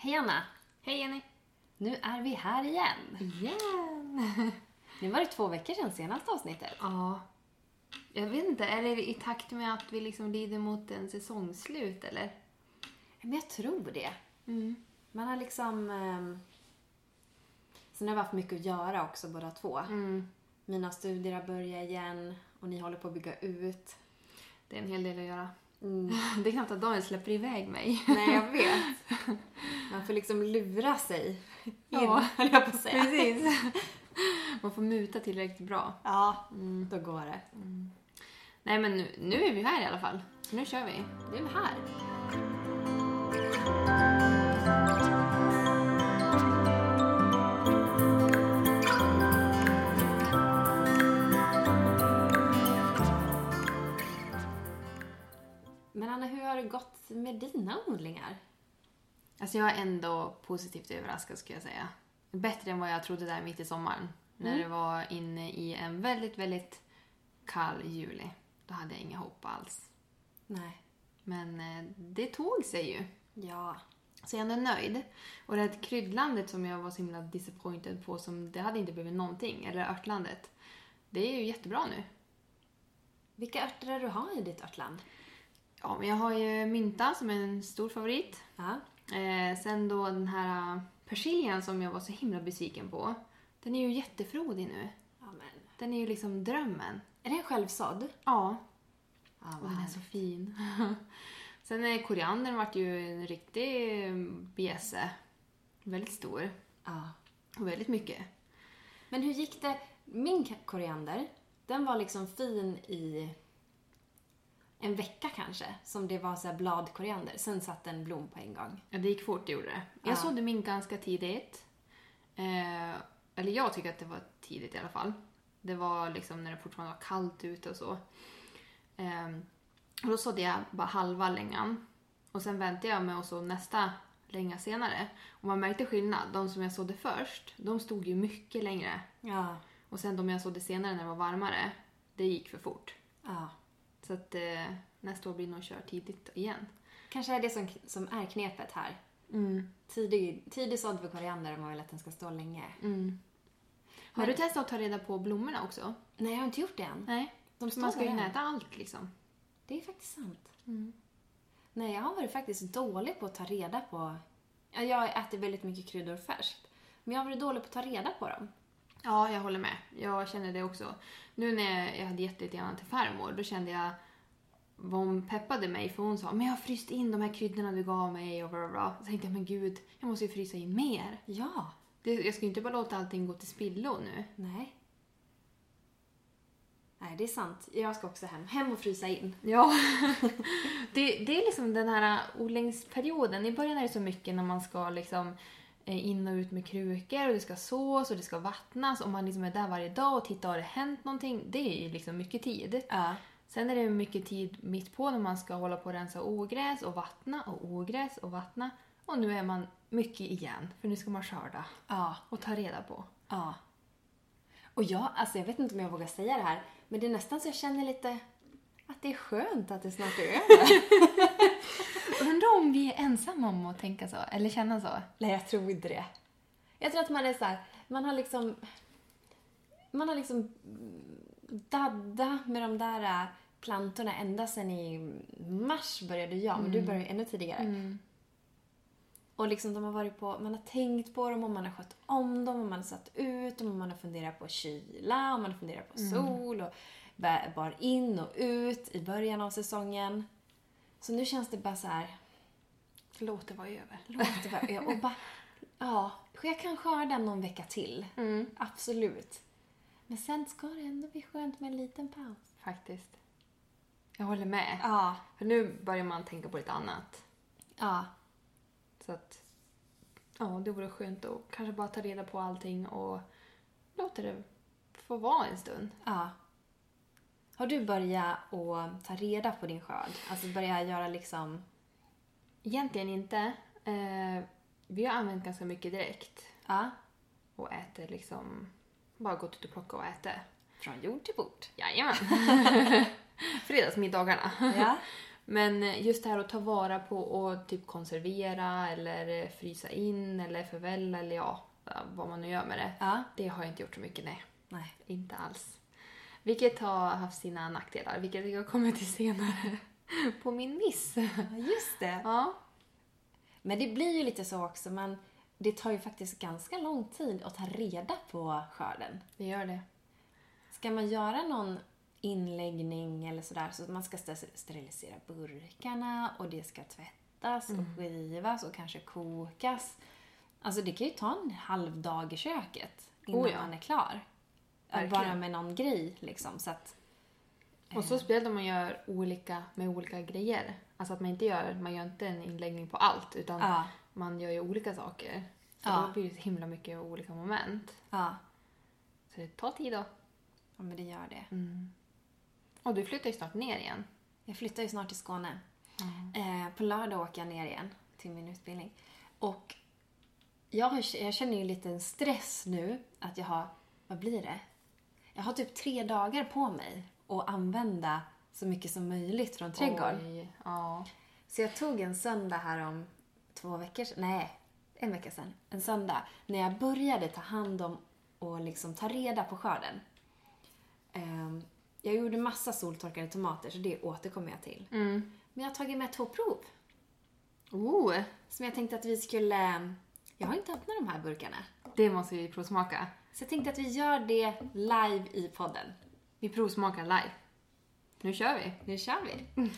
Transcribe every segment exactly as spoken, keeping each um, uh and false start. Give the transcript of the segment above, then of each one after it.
Hej Anna! Hej Jenny! Nu är vi här igen. Igen! Nu var det två veckor sedan senaste avsnittet. Ja. Jag vet inte, är det i takt med att vi liksom lider mot en säsongsslut eller? Men jag tror det. Mm. Man har liksom... Eh... Sen har vi haft mycket att göra också båda två. Mm. Mina studier har börjat igen och ni håller på att bygga ut. Det är en hel del att göra. Mm. Det är knappt att Daniel släpper iväg mig. Nej, jag vet. Man får liksom lura sig in, Ja, höll jag på att säga. Precis. Man får muta tillräckligt bra. Ja, Mm. då går det. Mm. Nej men nu, nu är vi här i alla fall. Nu kör vi. Nu är vi här. Men Anna, hur har det gått med dina odlingar? Alltså jag är ändå positivt överraskad skulle jag säga. Bättre än vad jag trodde där mitt i sommaren. När Mm. det var inne i en väldigt, väldigt kall juli. Då hade jag inga hopp alls. Nej. Men eh, det tog sig ju. Ja. Så jag är ändå nöjd. Och det här kryddlandet som jag var så himla disappointed på, som det hade inte blivit någonting. Eller örtlandet. Det är ju jättebra nu. Vilka örter är du har i ditt örtland? Ja, men jag har ju mynta som är en stor favorit. Ja. Eh, sen då den här persiljan som jag var så himla besviken på. Den är ju jättefrodig nu. Ja, men. Den är ju liksom drömmen. Är den självsådd? Ja. Ja, Och den är så fin. Sen är koriandern vart ju en riktig bjässe. Väldigt stor. Ja. Och väldigt mycket. Men hur gick det? Min koriander, den var liksom fin i en vecka kanske. Som det var så här bladkoriander. Sen satt en blom på en gång. Ja, det gick fort, det gjorde det. Jag Ja. sådde min ganska tidigt. Eh, eller jag tycker att det var tidigt i alla fall. Det var liksom när det fortfarande var kallt ute och så. Eh, och då sådde jag bara halva längan. Och sen väntade jag med att så nästa länga senare. Och man märkte skillnad. De som jag sådde först, de stod ju mycket längre. Ja. Och sen de jag sådde senare när det var varmare, det gick för fort. Ja. Så att eh, nästa år blir nog kört tidigt igen. Kanske är det som, som är knepet här. Mm. Tidig, tidig sådd för koriander om man vill att den ska stå länge. Mm. Har Men- du testat att ta reda på blommorna också? Nej, jag har inte gjort det än. Nej. De Så man ska ju där än. äta allt liksom. Det är faktiskt sant. Mm. Nej, jag har varit faktiskt dålig på att ta reda på... Ja, jag äter väldigt mycket kryddor färskt. Men jag har varit dålig på att ta reda på dem. Ja, jag håller med. Jag känner det också. Nu när jag hade gett lite grann till farmor, då kände jag vad hon peppade mig. För hon sa, men jag har fryst in de här kryddorna du gav mig och bla bla bla. Så tänkte jag, men gud, jag måste ju frysa in mer. Ja. Det, jag ska ju inte bara låta allting gå till spillo nu. Nej. Nej, det är sant. Jag ska också hem. Hem och frysa in. Ja, det, det är liksom den här odlingsperioden. I början är det så mycket när man ska liksom in och ut med krukor och det ska sås och det ska vattnas och man liksom är där varje dag och tittar, har det hänt någonting? Det är ju liksom mycket tid. Ja. Sen är det mycket tid mitt på när man ska hålla på att rensa ogräs och vattna och ogräs och vattna. Och nu är man mycket igen, för nu ska man skörda Ja. och ta reda på. Ja. Och jag, alltså jag vet inte om jag vågar säga det här, men det är nästan så jag känner lite att det är skönt att det snart är över. Undrar om vi är ensamma om att tänka så, eller känna så. Nej, jag tror inte det. Jag tror att man är så här, man har liksom man har liksom dadda med de där plantorna ända sedan i mars började jag, men du började ju ännu tidigare. Mm. Och liksom de har varit på, man har tänkt på dem och man har skött om dem och man har satt ut dem och man har funderat på kyla och man har funderat på sol och bar in och ut i början av säsongen. Så nu känns det bara så här, Låt det vara över. låt det vara ö- och bara, ja, jag kan skörda någon vecka till. Mm. Absolut. Men sen ska det ändå bli skönt med en liten paus. Faktiskt. Jag håller med. Ja. För nu börjar man tänka på lite annat. Ja. Så att, ja, det vore skönt att kanske bara ta reda på allting och låta det få vara en stund. Ja. Har du börjat att ta reda på din skörd? Alltså börja göra liksom... Egentligen inte. Eh, vi har använt ganska mycket direkt. Ja. Och äter liksom, bara gått ut och plocka och äter. Från jord till bord. Jajamän. Fredagsmiddagarna. Ja. Men just det här att ta vara på och typ konservera eller frysa in eller förvälla eller ja, vad man nu gör med det. Ja. Det har jag inte gjort så mycket, nej. Nej. Inte alls. Vilket har haft sina nackdelar, vilket jag kommer till senare på min miss. Ja, just det. Ja. Men det blir ju lite så också, men det tar ju faktiskt ganska lång tid att ta reda på skörden. Det gör det. Ska man göra någon inläggning eller sådär, så att man ska sterilisera burkarna och det ska tvättas mm. och skivas och kanske kokas. Alltså det kan ju ta en halv dag i köket innan oh ja. man är klar. Verkligen. Bara med någon grej liksom, så att... Och så spelar man gör olika med olika grejer. Alltså att man inte gör, man gör inte en inläggning på allt, utan ja. man gör ju olika saker. Så ja. då blir det så himla mycket olika moment. Ja. Så det tar tid då. Ja, men det gör det. Mm. Och du flyttar ju snart ner igen. Jag flyttar ju snart till Skåne. Mm. Eh, på lördag åker jag ner igen till min utbildning. Och jag, har, jag känner ju lite en stress nu att jag har, vad blir det? Jag har typ tre dagar på mig att använda så mycket som möjligt från trädgården. Oj, ja. Så jag tog en söndag här om två veckor sedan, nej, en vecka sedan. En söndag när jag började ta hand om och liksom ta reda på skörden. Um, jag gjorde massa soltorkade tomater, så det återkommer jag till. Mm. Men jag har tagit med två prov. Oh. Som jag tänkte att vi skulle... Jag har inte öppnat de här burkarna. Det måste vi provsmaka. Så jag tänkte att vi gör det live i podden. Vi provsmakar live. Nu kör vi. Nu kör vi. Mm.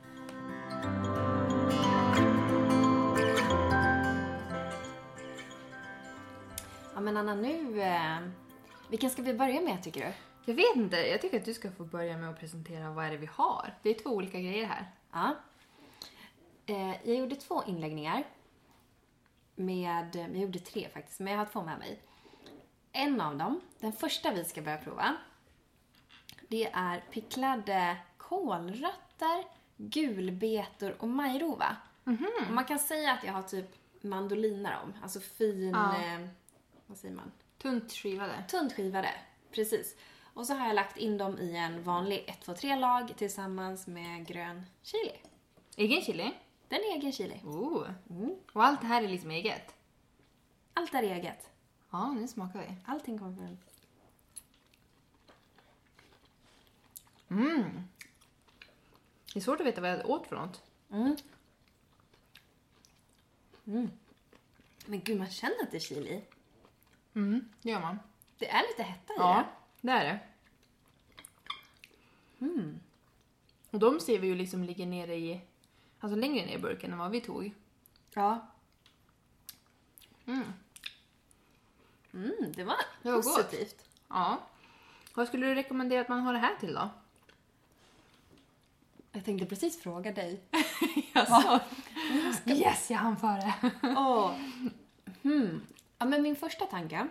Ja men Anna, nu... Eh, vilken ska vi börja med tycker du? Jag vet inte. Jag tycker att du ska få börja med att presentera vad är det vi har. Det är två olika grejer här. Ja. Eh, jag gjorde två inläggningar. Med, jag gjorde tre faktiskt, men jag har två med mig. En av dem, den första vi ska börja prova, det är picklade kålrötter, gulbetor och majrova. Mm-hmm. Och man kan säga att jag har typ mandoliner om, alltså fin, ja. eh, vad säger man? Tunt skivade. Tunt skivade, precis. Och så har jag lagt in dem i en vanlig ett två tre lag tillsammans med grön chili. Egen chili? Den är egen chili. Oh. Mm. Och allt det här är liksom eget? Allt är eget. Ja, nu smakar vi. Allting kommer från... Mm. Det är svårt att veta vad jag åt för något. Mm. Mm. Men gud, man känner att det är chili. Mm, det gör man. Det är lite hetta i ja, det. det är det. Mm. Och de ser vi ju liksom ligger nere i... Alltså längre ner i burken än vad vi tog. Ja. Mm. Mm, det var, det var positivt. Gott. Ja. Vad skulle du rekommendera att man har det här till då? Jag tänkte precis fråga dig. Jaså? Yes, jag hann före. oh. hmm. Ja, men min första tanke.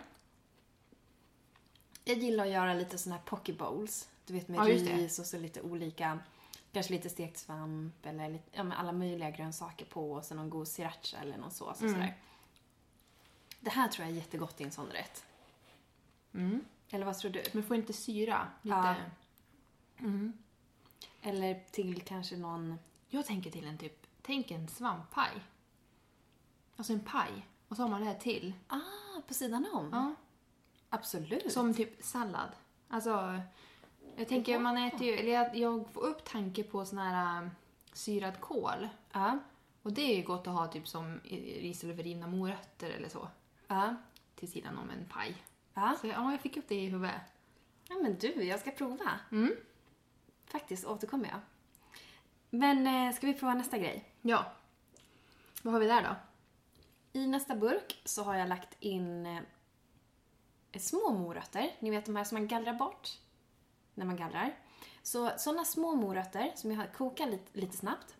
Jag gillar att göra lite såna här poke bowls. Du vet med ja, ris och så lite olika... Kanske lite stekt svamp eller lite, ja, med alla möjliga grönsaker på och så någon god sriracha eller någon sås och mm. sådär. Det här tror jag är jättegott i en sån rätt. Mm. Eller vad tror du? Men får inte syra? Lite... Ja. Mm. Eller till kanske någon... Jag tänker till en typ... Tänk en svamppaj. Alltså en paj. Och så har man det här till. Ah, på sidan om? Ja. Absolut. Som typ sallad. Alltså... Jag tänker, man äter ju... Eller jag, jag får upp tanke på sån här uh, syrad kål. Ja. Och det är ju gott att ha typ som ris eller rivna morötter eller så. Ja. Till sidan om en paj. Ja. Så ja, jag fick upp det i huvudet. Ja, men du, jag ska prova. Mm. Faktiskt återkommer jag. Men eh, ska vi prova nästa grej? Ja. Vad har vi där då? I nästa burk så har jag lagt in eh, små morötter. Ni vet de här som man gallrar bort när man gallrar. Så sådana små morötter som jag har kokat lite, lite snabbt.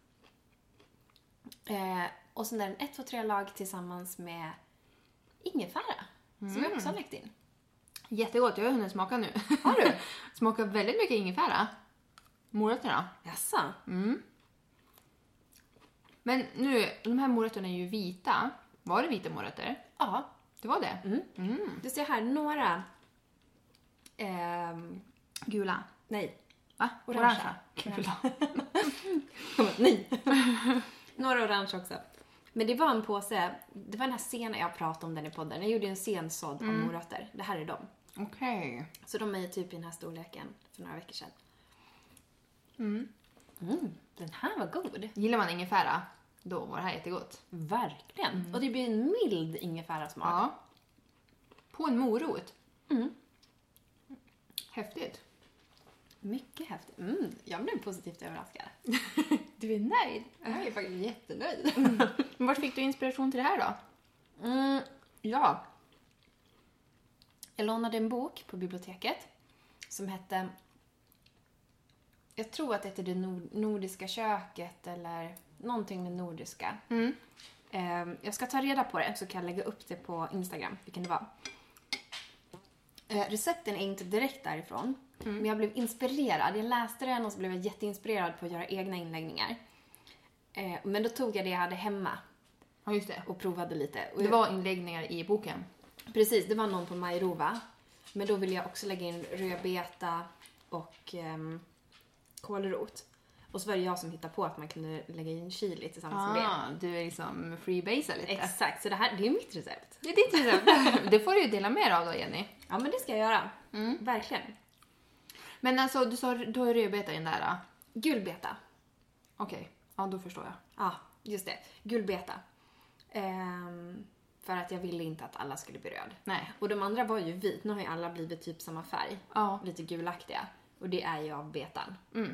Eh, och sen är det en ett två tre lag tillsammans med ingefära. Mm. Som jag också har lagt in. Jättegott, jag har hunnit smaka nu. Har du? Smakar väldigt mycket ingefära. Morötterna. Jaså? Mm. Men nu, de här morötterna är ju vita. Var det vita morötter? Ja. Det var det? Mm. Mm. Du ser här några... Ehm, Gula? Nej. Va? Orangea. Kul. Nej. Några orange också. Men det var en påse, det var den här scenen jag pratade om den i podden. Jag gjorde en scen sådd Mm. av morötter. Det här är dem. Okej. Okay. Så de är typ i den här storleken för några veckor sedan. Mm. Mm, den här var god. Gillar man ingefära, då var det här jättegott. Verkligen. Mm. Och det blir en mild ingefärasmak. Ja. På en morot. Mm. Häftigt. Mycket häftigt. Mm, jag blev positivt överraskad. Du är nöjd? Jag är faktiskt jättenöjd. Mm. Vart fick du inspiration till det här då? Mm, ja. Jag lånade en bok på biblioteket som hette, jag tror att det heter Det Nord- Nordiska köket eller någonting med nordiska. Mm. Eh, jag ska ta reda på det så kan jag lägga upp det på Instagram, vilken det var. Eh, recepten är inte direkt därifrån, Mm. men jag blev inspirerad. Jag läste den och så blev jag jätteinspirerad på att göra egna inläggningar. Eh, men då tog jag det jag hade hemma Ja, just det. och provade lite. Och Det jag- var inläggningar i boken. Precis, det var någon på Majrova. Men då ville jag också lägga in rödbeta och um, kålrot. Och så var det jag som hittade på att man kunde lägga in chili tillsammans med det. Ah, du är liksom freebasar lite. Exakt, så det här det är mitt recept. Det är ditt recept. Det får du ju dela med dig av då, Jenny. Ja, men det ska jag göra. Mm. Verkligen. Men alltså, du sa du har rödbeta i den där. Gulbeta. Okej, ja då förstår jag. Ja, just det. Gulbeta. Ehm, för att jag ville inte att alla skulle bli röd. Nej. Och de andra var ju vit. Nu har ju alla blivit typ samma färg. Ja. Lite gulaktiga. Och det är ju av betan. Mm.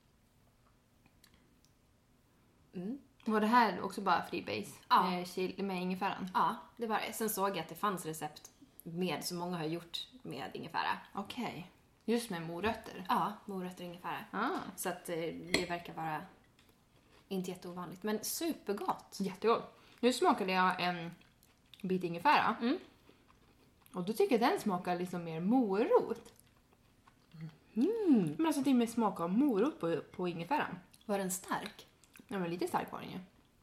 Mm. Var det här också bara freebase? Ja. Med, chili, med ingefäran? Ja, det var det. Sen såg jag att det fanns recept med, så många har gjort med ingefära. Okej. Just med morötter? Ja, morötter och ingefära. Ah. Så att eh, det verkar vara inte jätteovanligt, men supergott. Jättegott. Nu smakade jag en bit ingefära. Mm. Och då tycker jag den smakar liksom mer morot. Mm. Men alltså det är med smak av morot på, på ingefäran. Var den stark? Ja, men lite stark var den ju.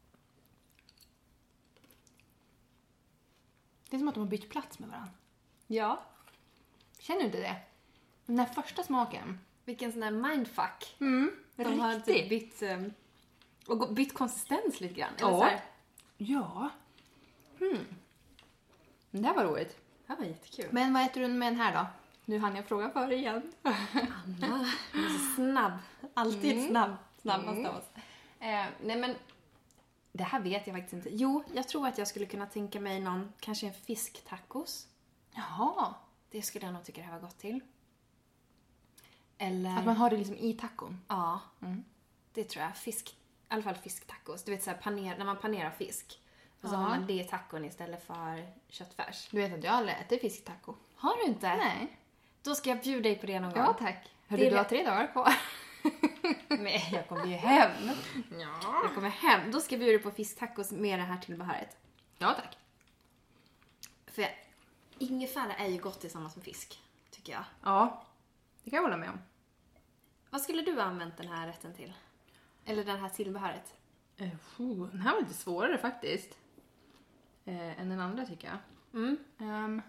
Det är som att de har bytt plats med varandra. Ja. Känner du inte det? Den här första smaken. Vilken sån här mindfuck. Mm, De har typ bytt, um, och gå- bytt konsistens lite grann. Eller Ja. så här. Ja. Mm. Det här var roligt. Det här var jättekul. Men vad äter du med den här då? Nu hann jag fråga för igen. Anna, hon är så snabb. Alltid Mm. snabb. Snabbast Mm. av oss. Eh, nej men, det här vet jag faktiskt inte. Jo, jag tror att jag skulle kunna tänka mig någon, kanske en fisktacos. Jaha. Det skulle jag nog tycka det här var gott till. Eller... Att man har det liksom i tacon. Ja, Mm. det tror jag. Fisk, i alla fall fisktacos. Du vet så här, paner, när man panerar fisk. Och så Ja. har man det i tacon istället för köttfärs. Du vet att jag aldrig ätit fisktaco. Har du inte? Nej. Då ska jag bjuda dig på det någon Ja, gång. tack. Det Hörru, är du har det- tre dagar kvar. Men jag kommer ju hem. Ja. Jag kommer hem. Då ska jag bjuda dig på fisktacos med det här tillbehöret. Ja, tack. För ingefära är ju gott tillsammans med fisk, tycker jag. Ja, det kan jag hålla med om. Vad skulle du ha använt den här rätten till? Eller det här tillbehöret? Uh, oh, den här var lite svårare faktiskt. Eh, än den andra tycker jag. Mm. Ehm.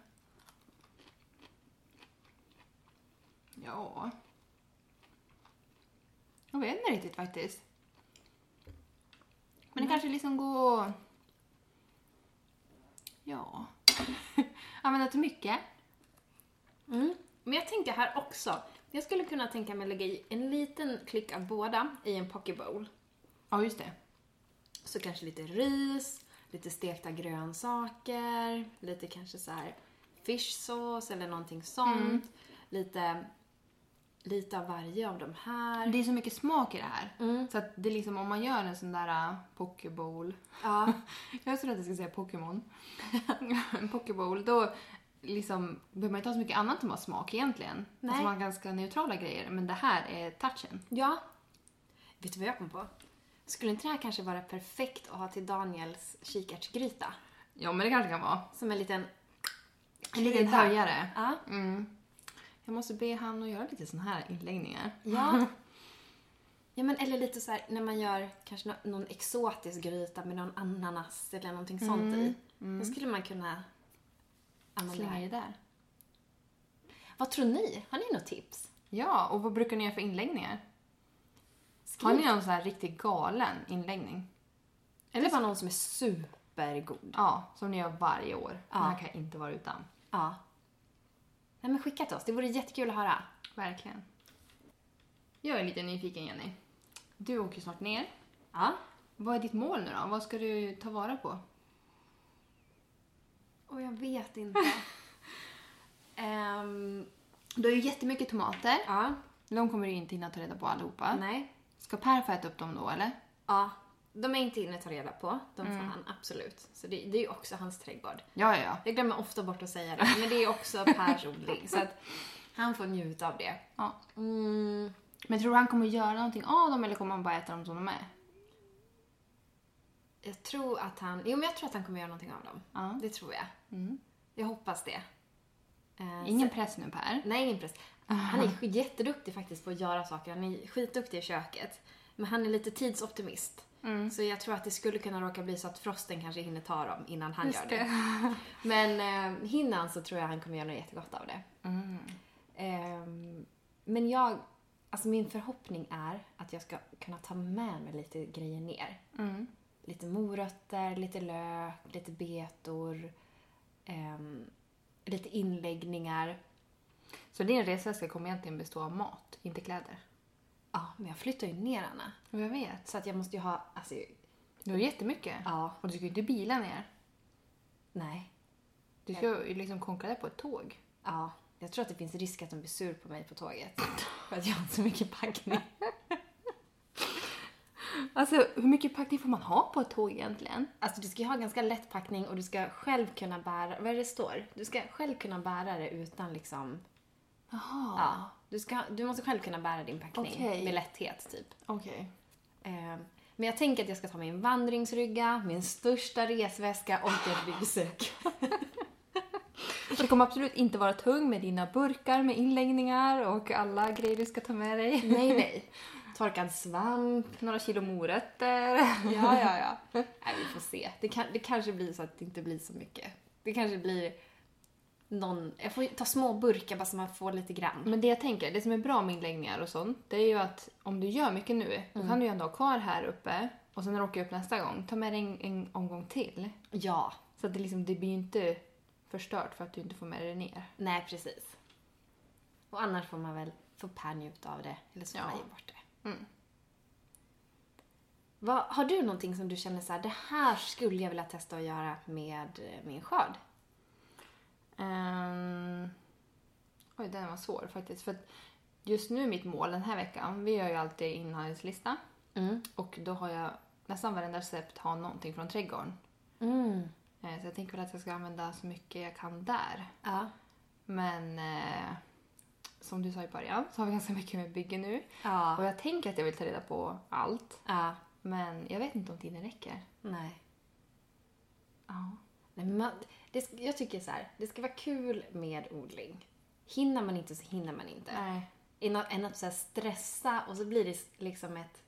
ja. Jag vet inte riktigt faktiskt. Men det kanske liksom går... Ja. Använda till mycket. Mm. Men jag tänker här också. Jag skulle kunna tänka mig att lägga i en liten klick av båda i en pokebowl. Ja, just det. Så kanske lite ris, lite stekta grönsaker, lite kanske så här fishsås eller någonting sånt. Mm. Lite, lite av varje av de här. Det är så mycket smak i det här. Mm. Så att det är liksom, om man gör en sån där uh, pokebowl. Ja. Jag tror att jag ska säga Pokémon. En pokebowl, då liksom behöver man inte ha så mycket annat som har smak egentligen. Nej. Alltså man har ganska neutrala grejer, men det här är touchen. Ja. Vet du vad jag kom på? Skulle inte det här kanske vara perfekt att ha till Daniels kikärtsgryta? Ja, men det kanske kan vara. Som en liten... En liten krydda. höjare. Ja. Mm. Jag måste be han att göra lite såna här inläggningar. Ja. Ja, men eller lite så här när man gör kanske nå- någon exotisk gryta med någon ananas eller någonting sånt i. Då skulle man kunna använda det Slänga här. det där. Vad tror ni? Har ni något tips? Ja, och vad brukar ni göra för inläggningar? Skriv. Har ni någon sån här riktigt galen inläggning? Eller bara någon som är supergod. Ja, som ni gör varje år. Ja. Den här kan jag inte vara utan. Ja. Nej, men skicka till oss. Det vore jättekul att höra. Verkligen. Jag är lite nyfiken, Jenny. Du åker snart ner. Ja. Vad är ditt mål nu då? Vad ska du ta vara på? Och jag vet inte. um, Du har ju jättemycket tomater. ja. De kommer du inte hinna ta reda på allihopa. Nej. Ska Per få äta upp dem då, eller? Ja. De är inte inne att ta reda på. De får Mm. han absolut. Så det, det är ju också hans trädgård. Ja, ja, ja. Jag glömmer ofta bort att säga det. Men det är också Pers odling. Så att han får njuta av det. ja. Mm. Men tror du han kommer göra någonting av dem eller kommer han bara äta dem som de är? Jag tror att han... Jo, men jag tror att han kommer göra någonting av dem. Ja. Det tror jag. Mm. Jag hoppas det. Eh, Ingen så- press nu, Per. Nej, ingen press. Han är sk- jätteduktig faktiskt på att göra saker. Han är skitduktig i köket. Men han är lite tidsoptimist. Mm. Så jag tror att det skulle kunna råka bli så att frosten kanske hinner ta dem innan han Just gör det. det. Men eh, hinner han så tror jag han kommer göra något jättegott av det. Mm. Ehm, men jag... Alltså min förhoppning är att jag ska kunna ta med mig lite grejer ner. Mm. Lite morötter, lite lök, lite betor, ehm, lite inläggningar. Så din resväska kommer egentligen bestå av mat, inte kläder? Ja, men jag flyttar ju ner Anna. Och jag vet. Så att jag måste ju ha, alltså, Du har jättemycket. ja, Och du ska ju inte bila ner. nej. Du ska ju liksom konka det på ett tåg. Ja, jag tror att det finns risk att de blir sur på mig på tåget. För att jag har så mycket packning. Alltså, hur mycket packning får man ha på ett tåg egentligen? Alltså du ska ju ha ganska lätt packning och du ska själv kunna bära, vad är det står? Du ska själv kunna bära det utan liksom, Jaha. ja. Du, ska, du måste själv kunna bära din packning Okej. med lätthet typ. Okej. Ehm, Men jag tänker att jag ska ta min vandringsrygga, min största resväska och en ryggsäck. Och det kommer absolut inte vara tung med dina burkar med inläggningar och alla grejer du ska ta med dig. Nej, nej. Torkad svamp. Några kilo morötter. Ja, ja, ja. Nej, vi får se. Det, kan, det kanske blir så att det inte blir så mycket. Det kanske blir någon... Jag får ta små burkar bara så man får lite grann. Men det jag tänker, det som är bra med inläggningar och sånt, det är ju att om du gör mycket nu, då kan du ju ändå ha kvar här uppe och sen när du åker upp nästa gång, ta med dig en, en omgång till. Ja. Så att det, liksom, det blir ju inte förstört för att du inte får med dig ner. Nej, precis. Och annars får man väl få Per njuta av det. Eller så får Ja. man ge bort det. Mm. Vad, har du någonting som du känner så här, det här skulle jag vilja testa att göra med eh, min skörd? Um, oj, den var svår faktiskt. För att just nu mitt mål den här veckan, vi gör ju alltid inhandlingslista. Mm. Och då har jag nästan varenda recept har någonting från trädgården. Mm. Eh, Så jag tänker väl att jag ska använda så mycket jag kan där. Ja. Men eh, som du sa i början så har vi ganska mycket med bygge nu. Och Ja. jag tänker att jag vill ta reda på allt. Ja. Men jag vet inte om tiden räcker. Nej. Ja. Nej, men man, det, sk- jag tycker så här, det ska vara kul med odling. Hinner man inte så hinner man inte. Nej. Än att, än att så här stressa och så blir det liksom ett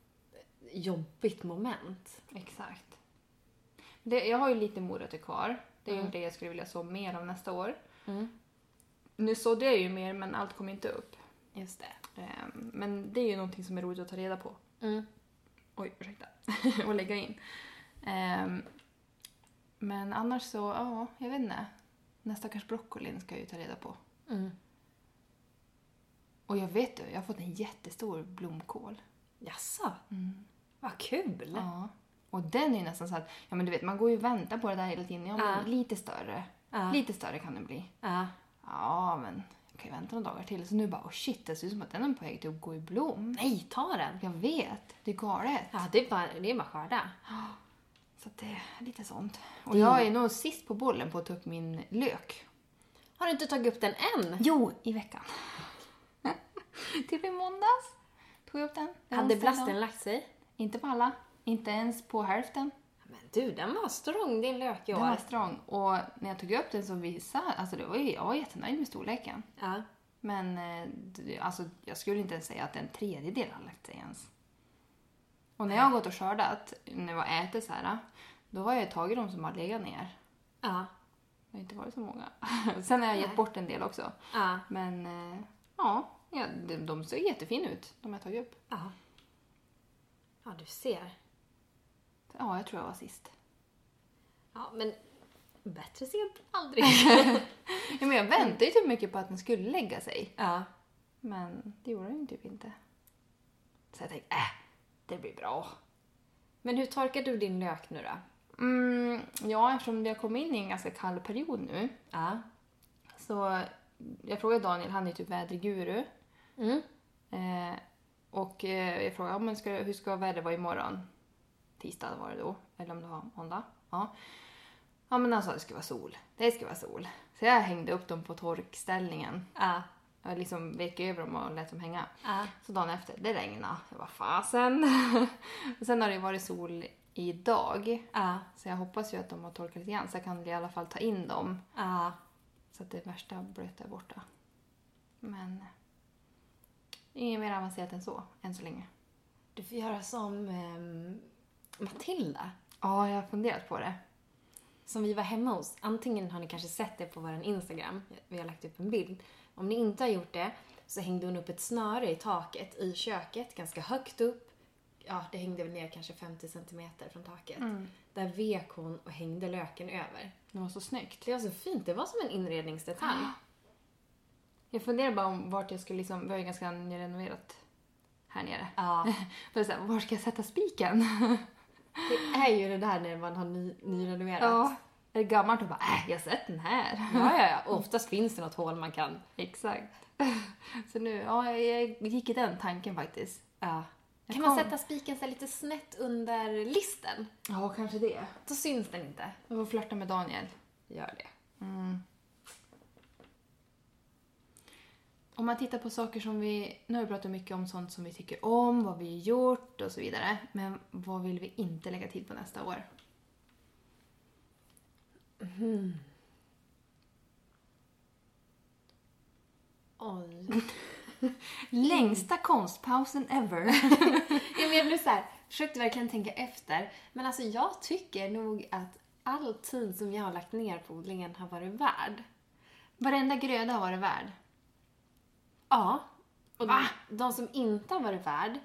jobbigt moment. Exakt. Det, jag har ju lite morötter kvar. Det är ju Mm. det jag skulle vilja så mer av nästa år. Mm. Nu sådde jag ju mer men allt kom inte upp. Just det. Ehm, Men det är ju någonting som är roligt att ta reda på. Mm. Oj, ursäkta. Och lägga in. Ehm, Men annars så, ja, jag vet inte. Nästa kanske broccolin ska jag ju ta reda på. Mm. Och jag vet du, jag har fått en jättestor blomkål. Jaså? Mm. Vad kul. Ja. Och den är ju nästan så att, ja men du vet, man går ju och väntar på det där hela tiden. Ja, men Ja. lite större. Ja. Lite större kan det bli. Ja. Ja, men jag kan ju vänta några dagar till. Så nu bara, oh shit, det ser ut som att den är på väg till att gå i blom. Nej, ta den. Jag vet, det är galet. Ja, det är bara, det är bara skörda. Så att det är lite sånt. Och Det- jag är nog sist på bollen på att ta upp min lök. Har du inte tagit upp den än? Jo, i veckan. Typ i måndags tog jag upp den. Den Hade var blasten ställda. lagt sig? Inte på alla. Inte ens på hälften. Men du, den var strong din lök i Den var år. strong. Och när jag tog upp den så visade, alltså det var ju, jag var jättenöjd med storleken. Ja. Men eh, d- alltså, jag skulle inte ens säga att en tredjedel har lagt sig ens. Och när jag har gått och skördat, när jag har ätit så här, då har jag tagit de som har legat ner. Ja. Det har inte varit så många. Sen har jag gett Nej. bort en del också. Ja. Men eh, ja, Ja, de, de ser jättefina ut. De har tagit upp. Ja. Ja, du ser. Ja, jag tror jag var sist. Ja, men bättre sent än aldrig. Ja, men jag väntade ju typ mycket på att den skulle lägga sig. Ja. Men det gjorde den ju typ inte. Så jag tänkte, äh, det blir bra. Men hur torkar du din lök nu då? Mm, ja, eftersom vi har kommit in i en ganska kall period nu. Ja. Så jag frågade Daniel, han är typ väderguru. Mm. Eh, och eh, jag frågade, ja, men ska, hur ska vädret vara imorgon? Tisdag var det då, eller om det var måndag. Ja, ja men han sa att det skulle vara sol. Det ska vara sol. Så jag hängde upp dem på torkställningen. Ja. Jag liksom vek över dem och lät dem hänga. Ja. Så dagen efter, det regnade. Jag var fasen. Och sen har det varit sol idag. Ja. Så jag hoppas ju att de har torkat lite grann. Så jag kan i alla fall ta in dem. Ja. Så att det värsta blöta är borta. Men inget mer avancerat än så, än så länge. Du får göra som ehm, Matilda. Ja, jag har funderat på det. Som vi var hemma hos. Antingen har ni kanske sett det på vår Instagram. Vi har lagt upp en bild. Om ni inte har gjort det så hängde hon upp ett snöre i taket i köket. Ganska högt upp. Ja, det hängde väl ner kanske femtio centimeter från taket. Mm. Där vek hon och hängde löken över. Det var så snyggt. Det var så fint. Det var som en inredningsdetalj. Jag funderar bara om vart jag skulle liksom, vi har ju ganska nyrenoverat här nere. Ja. För så här, var ska jag sätta spiken? Det är ju det där när man har ny, nyrenoverat. Ja. Är det gammalt och bara, äh, jag har sett den här. Ja, ja, ja. Oftast finns det något hål man kan. Exakt. Så nu, ja, jag gick i den tanken faktiskt. Ja. Jag Kan kom. man sätta spiken så här lite snett under listen? Ja, kanske det. Då syns den inte. Jag får flirta med Daniel. Gör det. Mm. Om man tittar på saker som vi... Nu har vi pratat mycket om sånt som vi tycker om, vad vi har gjort och så vidare. Men vad vill vi inte lägga tid på nästa år? Mm. Oj. Längsta konstpausen ever. Ja, men jag blev så här, försökte verkligen tänka efter. Men alltså jag tycker nog att all tid som jag har lagt ner på odlingen har varit värd. Varenda gröda har varit värd. Ja. Och Va? de, de som inte har varit värd,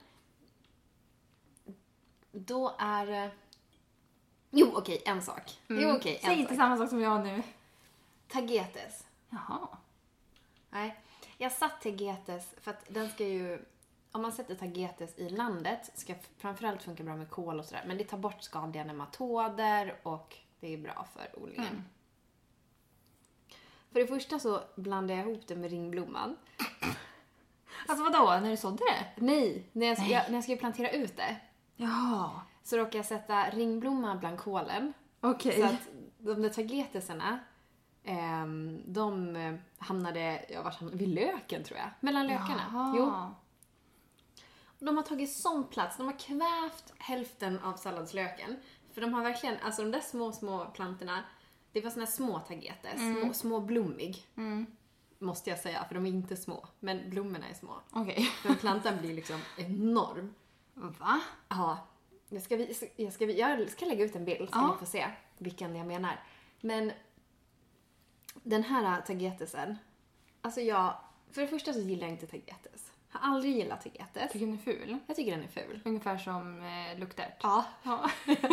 då är... eh, Jo, okej, en sak. Mm. Jo, okej, Säg en inte sak. samma sak som jag nu. Tagetes. Jaha. Nej, jag satt tagetes för att den ska ju... Om man sätter tagetes i landet ska framförallt funka bra med kol och sådär. Men det tar bort skadliga nematoder och det är bra för odlingen. Mm. För det första så blandade jag ihop det med ringblomman. Alltså vadå? När du sådde det? Nej, när jag, Nej. jag, när jag skulle plantera ut det Ja. så råkade jag sätta ringblomma bland kolen. Okej. Så att de där tagetesarna, ehm, de eh, hamnade, ja, vart hamnade, vid löken tror jag. Mellan lökarna. Jaha. Jo. De har tagit sån plats. De har kvävt hälften av salladslöken. För de har verkligen, alltså de där små, små plantorna, det var såna här små tagetes. Mm. Små, små blommig, Mm. måste jag säga. För de är inte små. Men blommorna är små. Okej. Men plantan blir liksom enorm. Va? Ja. Jag ska, vi- jag, ska, vi- jag ska lägga ut en bild så Ja. ni får se vilken jag menar. Men den här tagetesen, alltså jag, för det första så gillar jag inte tagetes. Har aldrig gillat tagetes. Tycker den är ful? Jag tycker den är ful. Ungefär som eh, luktärt. Ja. Ja.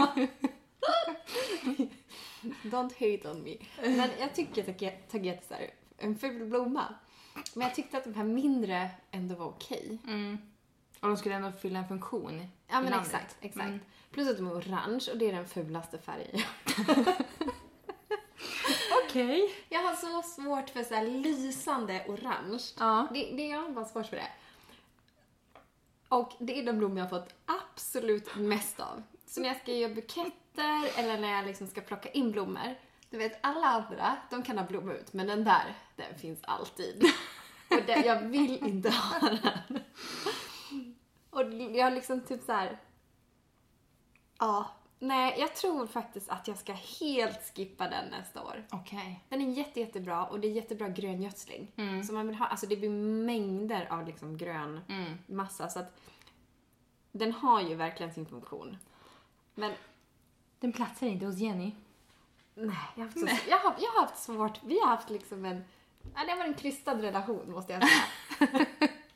Don't hate on me. Men jag tycker tage- tagetes är en ful blomma. Men jag tyckte att de här mindre ändå var okej. Mm. Och de skulle ändå fylla en funktion Ja, i men landet. exakt, exakt. Mm. Plus att de är orange och det är den fulaste färgen. Okej. Jag har så svårt för så här lysande orange. Ja. Det, det jag har bara svårt för det. Och det är de blommor jag har fått absolut mest av. Så när jag ska göra buketter eller när jag liksom ska plocka in blommor. Du vet, alla andra, de kan ha blommor ut. Men den där, den finns alltid. Och det, jag vill inte ha den. Och jag har liksom typ så här. Ja, nej, jag tror faktiskt att jag ska helt skippa den nästa år. Okej. Den är jätte, jättebra och det är jättebra gröngödsling. Mm. Så man vill ha, alltså det blir mängder av liksom grön Mm. massa. Så att den har ju verkligen sin funktion. Men Den platsar inte hos Jenny. nej, jag har haft, så, jag har, jag har haft svårt. Vi har haft liksom en, ja, det var en krystad relation måste jag säga.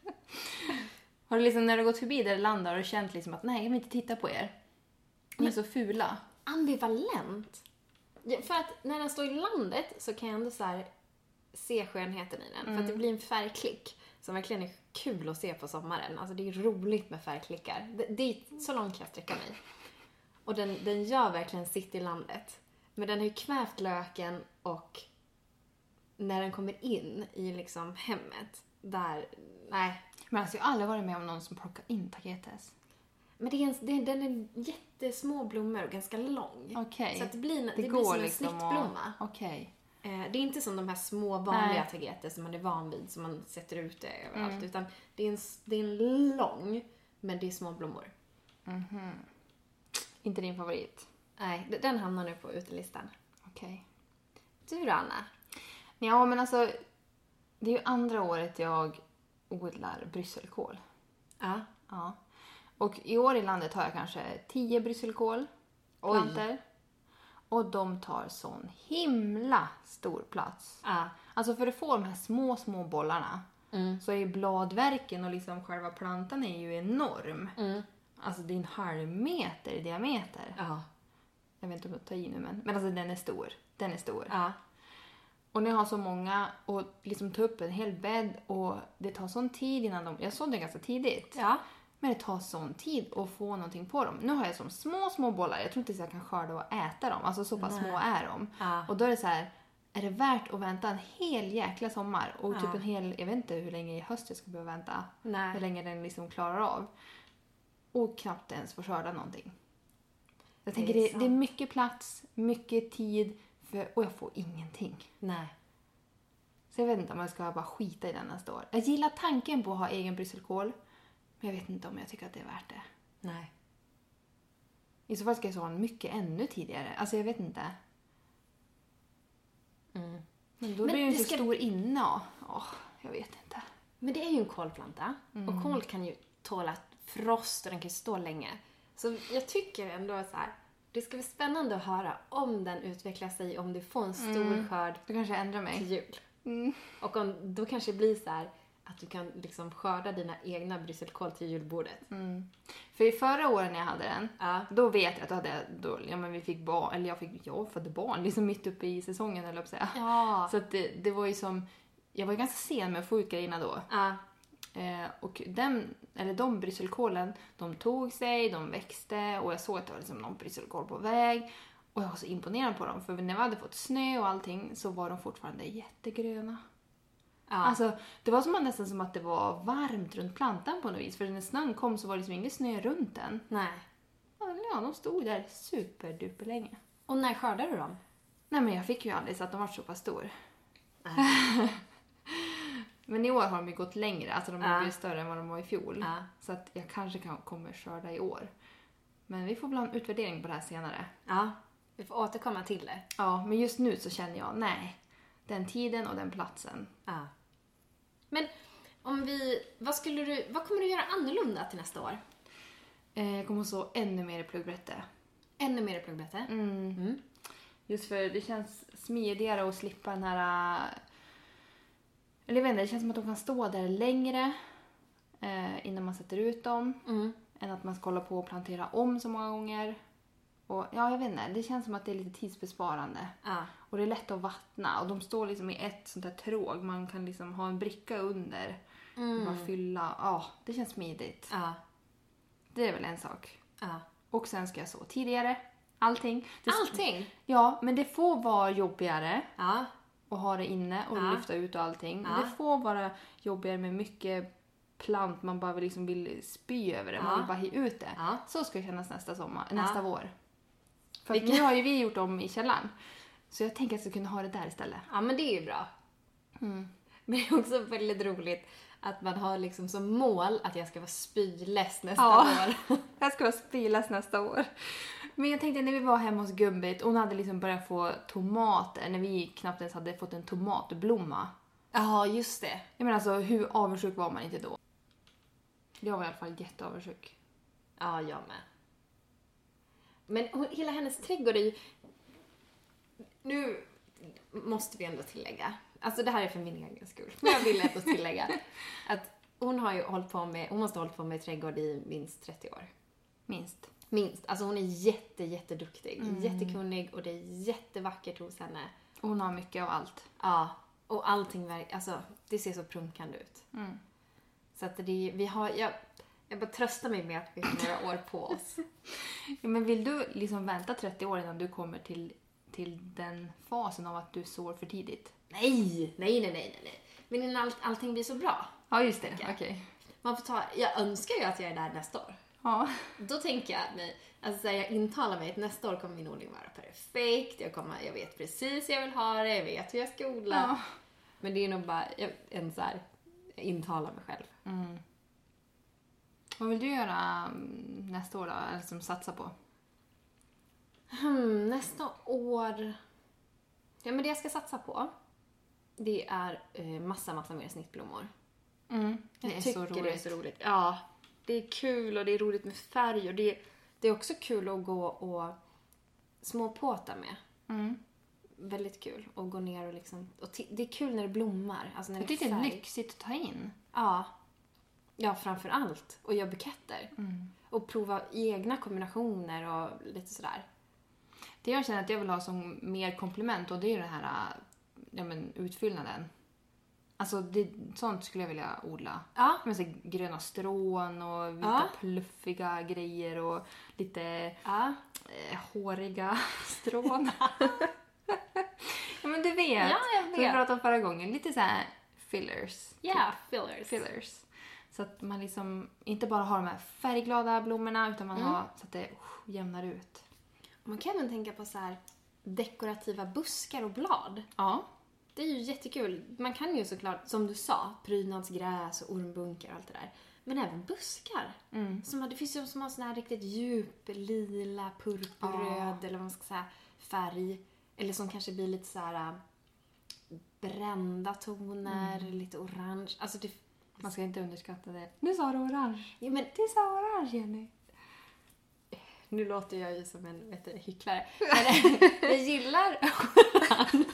Har du liksom när du gått förbi där land har du känt liksom att nej, jag vill inte titta på er. Ni är så fula. Ambivalent. Ja, för att när den står i landet så kan jag ändå så här se skönheten i den. Mm. För att det blir en färgklick som verkligen är kul att se på sommaren. Alltså det är roligt med färgklickar. Det, det är så långt kan jag sträcka mig. Och den, den gör verkligen sitt i landet. Men den har ju kvävt löken och när den kommer in i liksom hemmet, där, nej. Men alltså jag har aldrig varit med om någon som plockar in taketes. Men det är en, det, den är jättesmå blommor och ganska lång. Okej. Okay. Så att det blir, det, det blir går som en liksom snittblomma. Okej. Okay. Det är inte som de här små vanliga tageter som man är van vid, som man sätter ut det överallt. Mm. Utan det är, en, det är en lång, men det är små blommor. Mm-hmm. Inte din favorit? Nej, den hamnar nu på utelistan. Okej. Okay. Du då, Anna? Ja, men alltså, det är ju andra året jag odlar brysselkål. Ja. Ja. Och i år i landet har jag kanske tio brysselkålplanter. Och de tar sån himla stor plats. Ja. Alltså för att få de här små, små bollarna mm. så är ju bladverken och liksom själva plantan är ju enorm. Mm. Alltså det är en halv meter i diameter. Ja. Jag vet inte om jag tar i nu, men, men alltså den är stor. Den är stor. Ja. Och när jag har så många och liksom ta upp en hel bädd och det tar sån tid innan de... Jag sådde ganska tidigt. Ja. Men det tar sån tid att få någonting på dem. Nu har jag som små, små bollar. Jag tror inte att jag kan skörda och äta dem. Alltså så pass Nej. små är de. Ja. Och då är det så här, är det värt att vänta en hel jäkla sommar? Och ja. typ en hel, jag vet inte hur länge i höst jag ska behöva vänta. Nej. Hur länge den liksom klarar av. Och knappt ens få skörda någonting. Jag tänker det är, det, det är mycket plats, mycket tid. För, och jag får ingenting. Nej. Så jag vet inte om jag ska bara skita i den nästa år. Jag gillar tanken på att ha egen brysselkål. Men jag vet inte om jag tycker att det är värt det. Nej. I så fall ska jag så mycket ännu tidigare. Alltså jag vet inte. Mm. Men då Men blir den så ska... stor inne. Ja, oh, jag vet inte. Men det är ju en kolplanta. Mm. Och kol kan ju tåla frost och den kan ju stå länge. Så jag tycker ändå så här. Det ska bli spännande att höra om den utvecklar sig. Om du får en stor mm. skörd. Då kanske jag ändrar mig. Till jul. Mm. Och om, då kanske det blir så här. Att du kan liksom skörda dina egna brysselkål till julbordet. Mm. För i förra åren när jag hade den, ja. då vet jag att då hade jag, då, ja, men vi fick barn, eller jag fick, jag födde barn liksom mitt uppe i säsongen eller säga. Ja. Så att det, det var ju som, jag var ganska sen med att få ut grejerna då. Ja. Eh, och den, eller de brysselkålen, de tog sig, de växte och jag såg att det var liksom någon brysselkål på väg. Och jag var så imponerad på dem, för när vi hade fått snö och allting så var de fortfarande jättegröna. Ja. Alltså, det var som nästan som att det var varmt runt plantan på något vis. För när snön kom så var det liksom ingen snö runt den. Nej. Ja, de stod där superduper länge. Och när skördade du dem? Nej, men jag fick ju aldrig så att de var så pass stor. Äh. Men i år har de ju gått längre. Alltså de har blivit äh. större än vad de var i fjol. Äh. Så att jag kanske kan, kommer skörda i år. Men vi får väl ha en utvärdering på det här senare. Ja, vi får återkomma till det. Ja, men just nu så känner jag, nej. Den tiden och den platsen. Ja. Men om vi, vad skulle du, vad kommer du göra annorlunda till nästa år? Eh, jag kommer så ännu mer i pluggbrätte. Ännu mer i pluggbrätte? Mm. Mm. Just för det känns smidigare att slippa den här, eller jag vet inte, det känns som att de kan stå där längre eh, innan man sätter ut dem. Mm. Än att man ska hålla på och plantera om så många gånger. Och ja, jag vet inte. Det känns som att det är lite tidsbesparande. Ja. Och det är lätt att vattna. Och de står liksom i ett sånt där tråg. Man kan liksom ha en bricka under. Mm. Och bara fylla. Ja, det känns smidigt. Ja. Det är väl en sak. Ja. Och sen ska jag så tidigare. Allting. Det allting? Ja, men det får vara jobbigare. Ja. Att ha det inne och ja. lyfta ut och allting. Ja. Det får vara jobbigare med mycket plant. Man bara liksom vill spy över det. Ja. Man vill bara ha ut det. Ja. Så ska det kännas nästa sommar. Nästa ja. vår. För nu har ju vi gjort om i källaren. Så jag tänker att jag ska kunna ha det där istället. Ja, men det är ju bra. Mm. Men det är också väldigt roligt att man har liksom som mål att jag ska vara spyless nästa ja. år. Jag ska vara spyless nästa år. Men jag tänkte när vi var hemma hos Gubbit, hon hade liksom börjat få tomater när vi knappt ens hade fått en tomatblomma. Ja, just det. Jag menar alltså, hur avundsjuk var man inte då? Jag var i alla fall jätteavundsjuk. Ja, jag med. Men hon, hela hennes trädgård är ju... Nu måste vi ändå tillägga. Alltså det här är för min egen skull. Men jag vill ändå tillägga. Att hon har ju hållit på med, hon måste ha hållit på med trädgård i minst trettio år. Minst. Minst. Alltså hon är jätte, jätteduktig. Mm. Jättekunnig och det är jättevackert hos henne. Och hon har mycket av allt. Ja, och allting verkar, alltså det ser så prunkande ut. Mm. Så att det, vi har, jag, jag bara tröstar mig med att vi har några år på oss. Ja, men vill du liksom vänta trettio år innan du kommer till, till den fasen av att du sår för tidigt? Nej, nej, nej, nej, nej. Men innan all, allting blir så bra. Ja, just det. Okej. Okej. Okay. Man får ta, jag önskar ju att jag är där nästa år. Ja. Då tänker jag mig, alltså så här, jag intalar mig att nästa år kommer min odling vara perfekt. Jag, kommer, jag vet precis hur jag vill ha det, jag vet hur jag ska odla. Ja. Men det är nog bara jag, en så här, jag intalar mig själv. Mm. Vad vill du göra um, nästa år då? Eller som satsa på? Hmm, nästa år... Ja, men det jag ska satsa på, det är eh, massa, massa mer snittblommor. Mm. Det Jag är tycker så roligt. det är så roligt. Ja, det är kul och det är roligt med färg och det, det är också kul att gå och småpåta med. Mm. Väldigt kul att gå ner och liksom... Och t- det är kul när det blommar. Alltså när Jag det är tycker det är färg. lyxigt att ta in. Ja. Ja, framför allt. Och göra buketter. Mm. Och prova egna kombinationer och lite sådär. Det jag känner att jag vill ha som mer komplement och det är ju den här ja, men, utfyllnaden. Alltså det, sånt skulle jag vilja odla. Ja. Med så gröna strån och vita Ja. pluffiga grejer och lite Ja. eh, håriga strån. Ja men du vet. Ja, jag Som vi vet. pratade om förra gången. Lite så här fillers. Ja, fillers. Fillers. Så att man liksom inte bara har de här färgglada blommorna utan man Mm. har så att det uh, jämnar ut. Man kan även tänka på så här dekorativa buskar och blad. Ja. Det är ju jättekul. Man kan ju såklart, som du sa, prydnadsgräs och ormbunkar och allt det där. Men även buskar. Mm. Som, har- det finns ju som har sån här riktigt djup, lila, purpurröd eller vad man ska säga, färg. Eller som kanske blir lite så här äh, brända toner, lite orange. Alltså det... Man ska inte underskatta det. Nu sa du orange. Ja, men Du sa orange, Jenny. nu låter jag ju som en vet du, hycklare. Men jag gillar orange.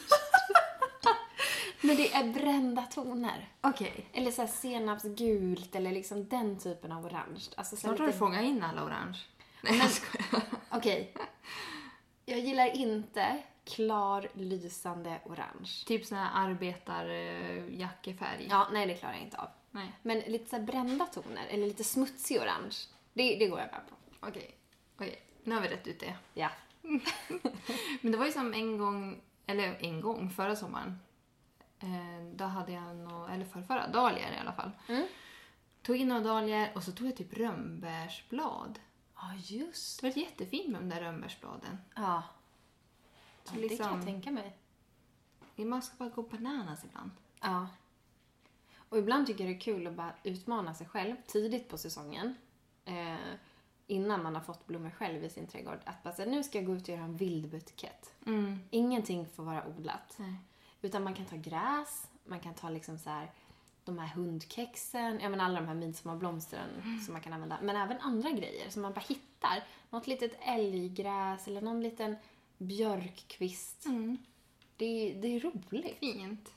Men det är brända toner. Okej. Eller så här senapsgult eller liksom den typen av orange. Alltså så här Snart har du lite... fångat in alla orange. Nej, Men- jag skojar. Okej. Jag gillar inte klar, lysande orange. Typ sån här arbetarjackefärg. Ja, nej det klarar jag inte av. Nej. Men lite så här brända toner, eller lite smutsig orange. Det, det går jag med på. Okej. Okej. Nu har vi rätt ut det. Ja. Men det var ju som en gång, eller en gång, förra sommaren. Eh, då hade jag nog, eller förra, förra dahlior i alla fall. Mm. Tog in några dahlior och så tog jag typ rönnbärsblad. Ja, just. Det var jättefint med de där rönnbärsbladen. Ja. Så ja det liksom- kan jag tänka mig. Man ska bara gå bananas ibland. Ja. Och ibland tycker jag det är kul att bara utmana sig själv tidigt på säsongen. Eh, innan man har fått blommor själv i sin trädgård. Att bara säga, nu ska jag gå ut och göra en vildbutikett. Mm. Ingenting får vara odlat. Nej. Utan man kan ta gräs, man kan ta liksom så här, de här hundkexen, ja men alla de här midsommarblomstren mm. som man kan använda. Men även andra grejer som man bara hittar. Något litet älggräs eller någon liten björkkvist. Mm. Det, det är roligt. Fint.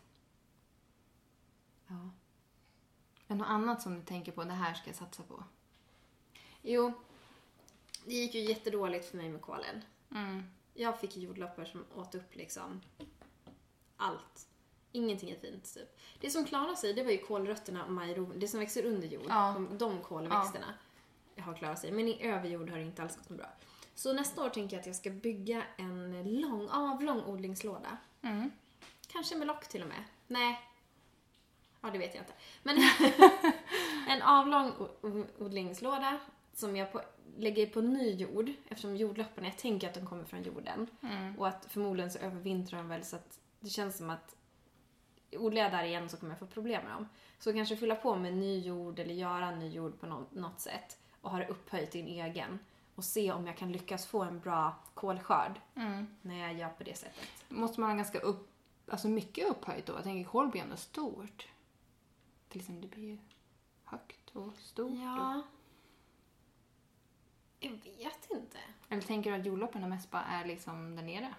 Ja. Men något annat som du tänker på, det här ska jag satsa på? Jo, det gick ju jättedåligt för mig med kålen. Mm. Jag fick jordloppar som åt upp liksom allt. Ingenting är fint typ. Det som klarar sig, det var ju kålrötterna och majron. Det som växer under jord. Ja. De, de kålväxterna har klarat sig. Men i överjord har det inte alls gått så bra. Så nästa år tänker jag att jag ska bygga en lång, avlång odlingslåda. Mm. Kanske med lock till och med. Nej. Ja, det vet jag inte. Men en avlång o- odlingslåda som jag på, lägger på ny jord. Eftersom jordlopparna, jag tänker att de kommer från jorden. Mm. Och att förmodligen så övervintrar de väl så att det känns som att odlar jag där igen så kommer jag få problem med dem. Så kanske fylla på med ny jord eller göra ny jord på något, något sätt. Och ha det upphöjt i en egen. Och se om jag kan lyckas få en bra kålskörd Mm. när jag gör på det sättet. Måste man ha ganska upp, alltså mycket upphöjt då? Jag tänker kål blir ändå stort. Till exempel det blir ju högt och stort. Ja. Jag vet inte. Eller tänker du att jordlopparna mest bara är liksom där nere?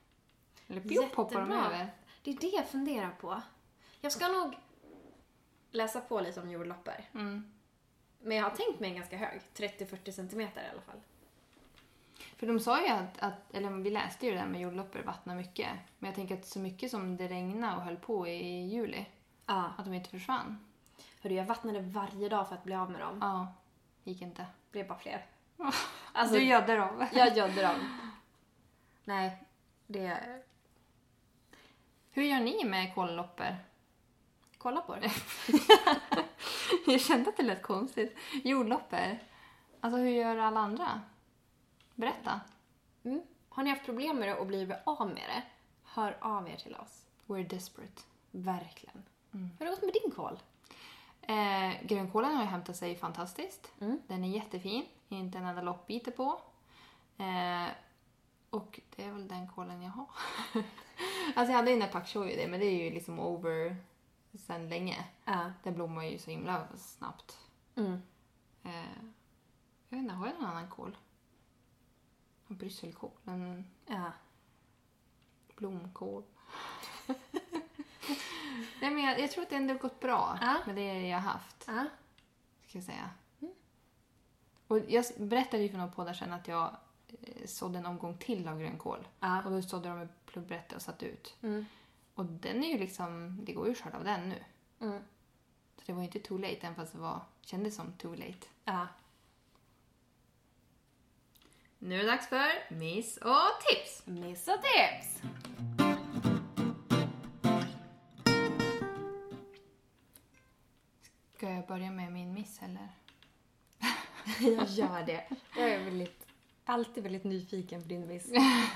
Eller pjopp hoppar de Jättebra. över? Det är det jag funderar på. Jag ska nog... läsa på lite om jordloppor. Mm. Men jag har tänkt mig en ganska hög. trettio till fyrtio centimeter i alla fall. För de sa ju att, att, eller vi läste ju det där med jordloppor vattnar mycket. Men jag tänker att så mycket som det regnade och höll på i juli. Ja. Att de inte försvann. Hörru, jag vattnade varje dag för att bli av med dem. Ja, gick inte. Det blev bara fler. Alltså, du gödde dem. Jag gödde dem. Nej, det... Hur gör ni med kolloppor? Kolla på det. Jag kände att det lät konstigt. Jordloppor. Alltså hur gör alla andra? Berätta. Mm. Har ni haft problem med det och blivit av med det? Hör av er till oss. We're desperate. Verkligen. Mm. Hur har det gått med din kål? Eh, grönkålen har ju hämtat sig fantastiskt. Mm. Den är jättefin. Inte en enda loppbite på. Eh, och det är väl den kålen jag har. Alltså jag hade ju en pak choi det, men det är ju liksom over sedan länge. Ja. Den blommar ju så himla snabbt. Mm. Eh, jag vet inte, har jag någon annan kål? Brysselkål, en Ja. blomkål. Nej, men jag, jag tror att det ändå har gått bra Ja. med det jag har haft. Ja. Ska jag säga. Mm. Och jag berättade ju för några poddar sedan att jag eh, sådde en omgång till av grönkål. Ja. Och då sådde de med plubbrätte och satt ut. Mm. Och den är ju liksom, det går ju att skörda av den nu. Mm. Så det var ju inte too late, även fast det var, kändes som too late. Ja. Nu är det dags för miss och tips. Miss och tips. Ska jag börja med min miss eller? Jag gör det. Jag är väldigt, alltid väldigt nyfiken på din miss.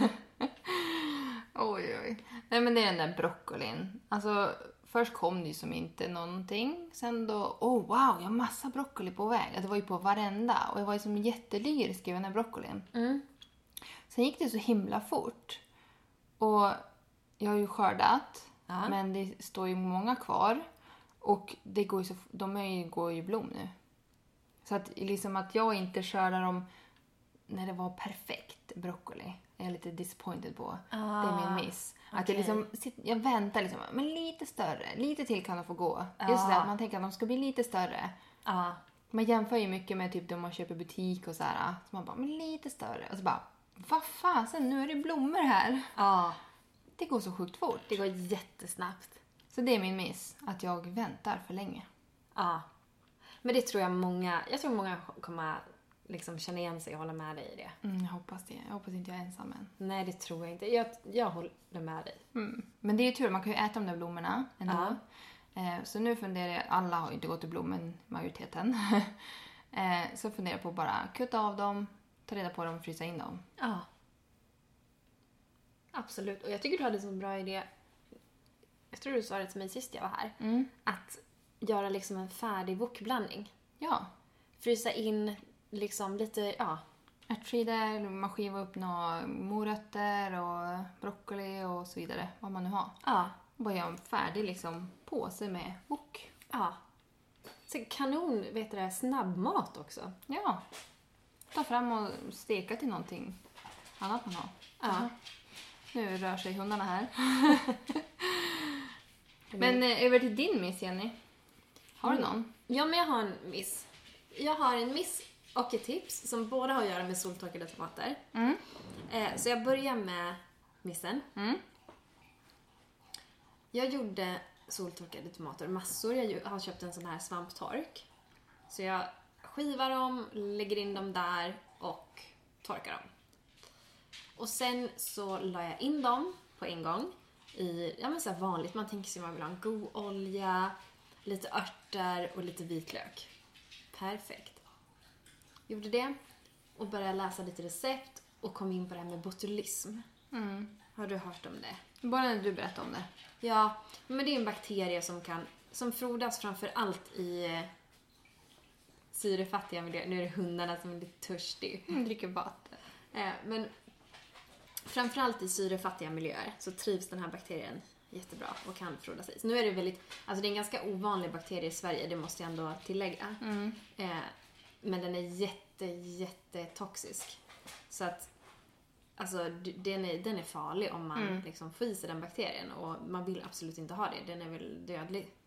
Oj, oj. Nej, men det är den där broccolin. Alltså, först kom det ju som inte någonting. Sen då, oh wow, jag har massa broccoli på väg. Det var ju på varenda. Och jag var ju som jättelyrisk i den här broccolin. Mm. Sen gick det så himla fort. Och jag har ju skördat. Ja. Men det står ju många kvar. Och det går ju så, de är ju, går ju i blom nu. Så att, liksom att jag inte skördar dem när det var perfekt broccoli. Jag är lite disappointed på. Ah, det är min miss. Att okej. jag, liksom, jag väntar liksom, men lite större. Lite till kan de få gå. Ah. Just det, att man tänker att de ska bli lite större. Ja. Man jämför ju mycket med typ då man köper butik och så här. Så man bara, men lite större. Och så bara, vad fasen, nu är det blommor här. Ja. Det går så sjukt fort. Det går jättesnabbt. Så det är min miss. Att jag väntar för länge. Ja. Men det tror jag många, jag tror många kommer liksom känna igen sig och hålla med dig i det. Mm, jag hoppas det. Jag hoppas inte jag är ensam än. Nej, det tror jag inte. Jag, jag håller med dig. Mm. Men det är ju tur, man kan ju äta de där blommorna ändå. Ja. Eh, så nu funderar jag, alla har ju inte gått i blom, men majoriteten. eh, så funderar jag på att bara kutta av dem, ta reda på dem och frysa in dem. Ja. Absolut. Och jag tycker du hade en så bra idé. Jag tror du sa det till mig sist jag var här. Mm. Att göra liksom en färdig wokblandning. Ja. Frysa in liksom lite, ja. Ärtskidor, man skivar upp några morötter och broccoli och så vidare. Vad man nu har. Ja. Bara göra en färdig liksom, påse med wok. Ja. Så kanon, vet du det, snabbmat också. Ja. Ta fram och steka till någonting annat man har. Ja. Nu rör sig hundarna här. Men eh, över till din miss, Jenny. Har du någon? Ja, men jag har en miss. Jag har en miss och ett tips som båda har att göra med soltorkade tomater. Mm. Eh, så jag börjar med missen. Mm. Jag gjorde soltorkade tomater massor. Jag ju- har köpt en sån här svamptork. Så jag skivar dem, lägger in dem där och torkar dem. Och sen så la jag in dem på en gång i, ja men så här vanligt, man tänker sig att man vill ha en god olja, lite örter och lite vitlök. Perfekt. Gjorde det och började läsa lite recept och kom in på det här med botulism. Mm. Har du hört om det? Bara när du berättar om det. Ja, men det är en bakterie som kan, som frodas framför allt i eh, syrefattiga miljöer. Nu är det hundarna som är lite törstiga. Mm, dricker vatten. Eh, men framförallt i syrefattiga miljöer så trivs den här bakterien jättebra och kan frodas i. Så nu är det väldigt, alltså det är en ganska ovanlig bakterie i Sverige, det måste jag ändå tillägga. Mm. Eh, men den är jätte, jätte toxisk. Så att alltså d- den är, den är farlig om man Mm. liksom får i sig den bakterien och man vill absolut inte ha det. Den är väl dödlig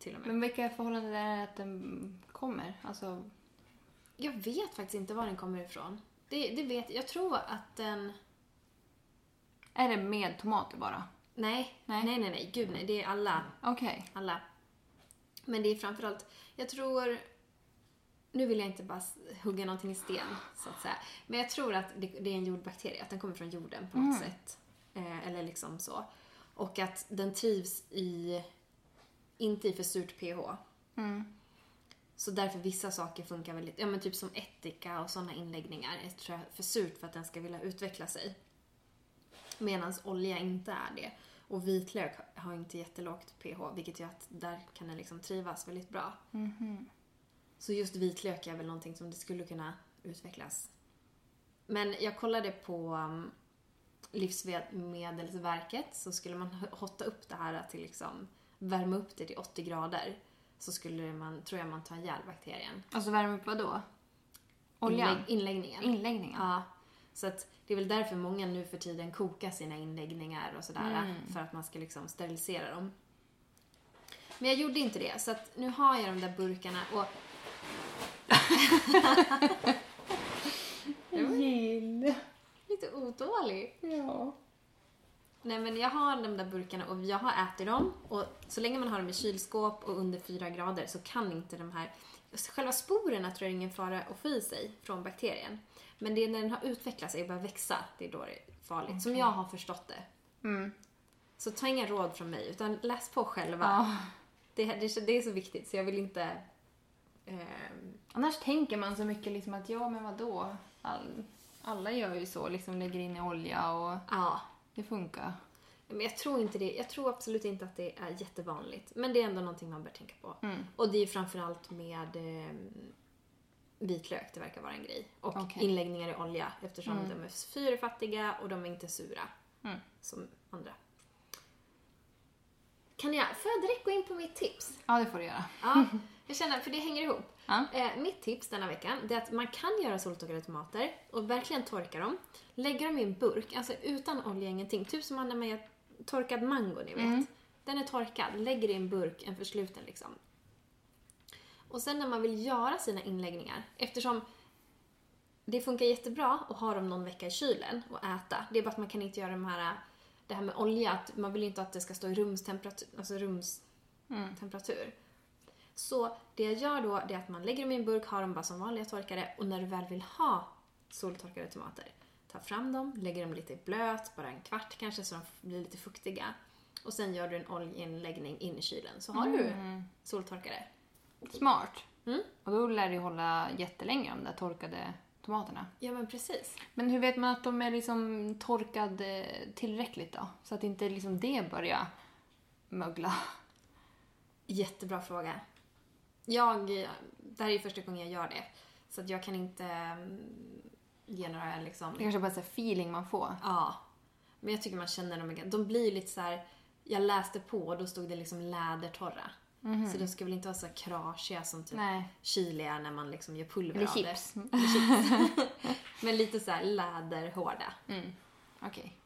till och med. Men vilka förhållanden är det att den kommer? Alltså... Jag vet faktiskt inte var den kommer ifrån. Det, det vet jag. tror att den... Är det med tomater bara? Nej, nej, nej, nej. nej. Gud nej. Det är alla. Okej. Okay. Alla. Men det är framförallt... Jag tror... Nu vill jag inte bara hugga någonting i sten, så att säga. Men jag tror att det, det är en jordbakterie. Att den kommer från jorden på något mm. sätt. Eh, eller liksom så. Och att den trivs i... Inte i för surt pH. Mm. Så därför vissa saker funkar väldigt... Ja, men typ som ättika och sådana inläggningar är tror jag för surt för att den ska vilja utveckla sig. Medan olja inte är det. Och vitlök har inte jättelågt pH, vilket gör att där kan den liksom trivas väldigt bra. Mm-hmm. Så just vitlök är väl någonting som det skulle kunna utvecklas. Men jag kollade på um, Livsmedelsverket, så skulle man hotta upp det här till liksom... Värma upp det till åttio grader. Så skulle man, tror jag, man tar ihjäl bakterien. Alltså värma upp vad då? Oljan? Inlägg, inläggningen. Inläggningen? Ja. Så att det är väl därför många nu för tiden kokar sina inläggningar och sådär. Mm. För att man ska liksom sterilisera dem. Men jag gjorde inte det. Så att nu har jag de där burkarna och... Gill. Lite otålig. Ja. Nej, men jag har de där burkarna och jag har ätit dem. Och så länge man har dem i kylskåp och under fyra grader så kan inte de här... Själva sporerna tror jag är ingen fara att få i sig från bakterien. Men det är när den har utvecklat sig och börjar växa, det är då det är farligt. Okay. Som jag har förstått det. Mm. Så ta inga råd från mig, utan läs på själva. Ja. Det, det, det är så viktigt, så jag vill inte... Eh... Annars tänker man så mycket liksom att ja, men vadå? All, alla gör ju så, liksom lägger in i olja och... Ja. Det funkar. Men jag tror inte det. Jag tror absolut inte att det är jättevanligt. Men det är ändå någonting man bör tänka på. Mm. Och det är framförallt med eh, vitlök. Det verkar vara en grej. Och okay. inläggningar i olja. Eftersom mm. de är syrefattiga och de är inte sura. Mm. Som andra. Kan jag, får jag direkt gå in på mitt tips? Ja, det får du göra. Ja, jag känner, för det hänger ihop. Ja. Eh, mitt tips denna veckan är att man kan göra soltorkade tomater och verkligen torka dem. Lägga dem i en burk, alltså utan olja, ingenting. Typ som när man gör torkad mango, ni vet. Mm. Den är torkad, lägger i en burk, en försluten liksom. Och sen när man vill göra sina inläggningar, eftersom det funkar jättebra att ha dem någon vecka i kylen och äta. Det är bara att man kan inte göra de här, det här med olja, att man vill inte att det ska stå i rumstemperatur, alltså rumstemperatur. Mm. Så det jag gör då är att man lägger dem i en burk, har dem bara som vanliga torkade, och när du väl vill ha soltorkade tomater, ta fram dem, lägger dem lite i blöt, bara en kvart kanske, så de blir lite fuktiga. Och sen gör du en oljeinläggning in i kylen, så har mm. du soltorkade. Smart. Mm. Och då lär det hålla jättelänge, de där torkade tomaterna. Ja, men precis. Men hur vet man att de är liksom torkade tillräckligt då? Så att inte liksom det börjar mögla. Jättebra fråga. Jag, det här är första gången jag gör det. Så att jag kan inte ge några liksom... Det kanske bara är så feeling man får. Ja. Men jag tycker man känner dem. De blir lite så här... Jag läste på och då stod det liksom lädertorra. Mm-hmm. Så de ska väl inte vara så krasiga som typ chili när man liksom gör pulver Eller av chips. det. Eller chips. Men lite så här läderhårda. Mm. Okej.